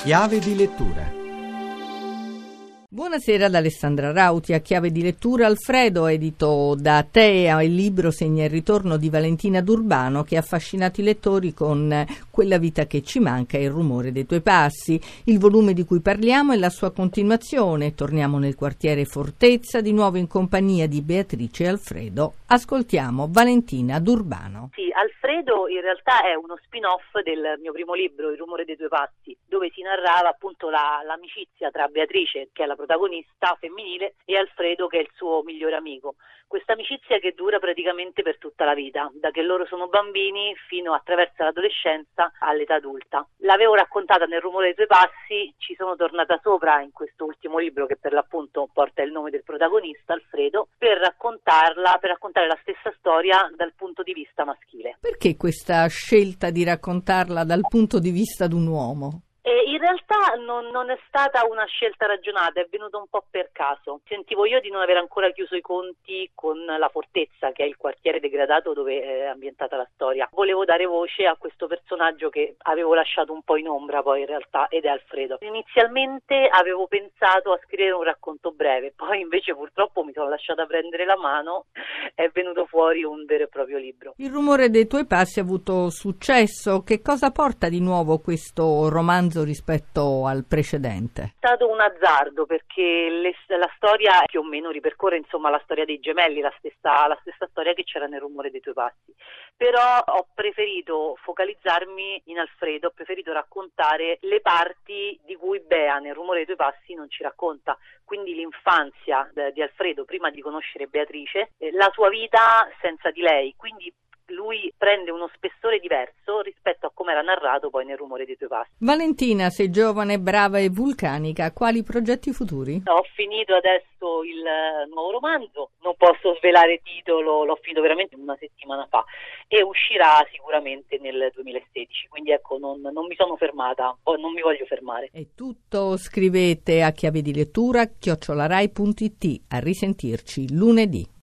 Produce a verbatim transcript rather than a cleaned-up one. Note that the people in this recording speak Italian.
Chiave di lettura. Buonasera ad Alessandra Rauti. A Chiave di lettura Alfredo, edito da Tea. Il libro segna il ritorno di Valentina D'Urbano, che ha affascinato i lettori con Quella vita che ci manca e Il rumore dei tuoi passi. Il volume di cui parliamo è la sua continuazione. Torniamo nel quartiere Fortezza, di nuovo in compagnia di Beatrice e Alfredo. Ascoltiamo Valentina D'Urbano. Sì, Alfredo in realtà è uno spin-off del mio primo libro, Il rumore dei tuoi passi, dove si narrava appunto la, l'amicizia tra Beatrice, che è la protagonista femminile, e Alfredo, che è il suo migliore amico. Questa amicizia che dura praticamente per tutta la vita, da che loro sono bambini fino attraverso l'adolescenza all'età adulta. L'avevo raccontata nel rumore dei tuoi passi, ci sono tornata sopra in questo ultimo libro, che per l'appunto porta il nome del protagonista, Alfredo, per raccontarla, per raccontare la stessa storia dal punto di vista maschile. Perché questa scelta di raccontarla dal punto di vista di un uomo? E in realtà non, non è stata una scelta ragionata, è venuto un po' per caso. Sentivo io di non aver ancora chiuso i conti con la Fortezza, che è il quartiere degradato dove è ambientata la storia. Volevo dare voce a questo personaggio che avevo lasciato un po' in ombra poi in realtà, ed è Alfredo. Inizialmente avevo pensato a scrivere un racconto breve, poi invece purtroppo mi sono lasciata prendere la mano, è venuto fuori un vero e proprio libro. Il rumore dei tuoi passi ha avuto successo. Che cosa porta di nuovo questo romanzo rispetto al precedente? È stato un azzardo, perché le, la storia più o meno ripercorre insomma la storia dei gemelli, la stessa, la stessa storia che c'era nel rumore dei tuoi passi, però ho preferito focalizzarmi in Alfredo, ho preferito raccontare le parti di cui Bea nel rumore dei tuoi passi non ci racconta, quindi l'infanzia eh, di Alfredo prima di conoscere Beatrice, eh, la sua vita senza di lei, quindi lui prende uno spessore diverso rispetto a come era narrato poi nel rumore dei tuoi passi. Valentina, sei giovane, brava e vulcanica. Quali progetti futuri? Ho finito adesso il nuovo romanzo, non posso svelare titolo, l'ho finito veramente una settimana fa e uscirà sicuramente nel duemilasedici, quindi ecco non, non mi sono fermata, non mi voglio fermare. È tutto, scrivete a chiave di lettura chiocciolarai punto it. A risentirci lunedì.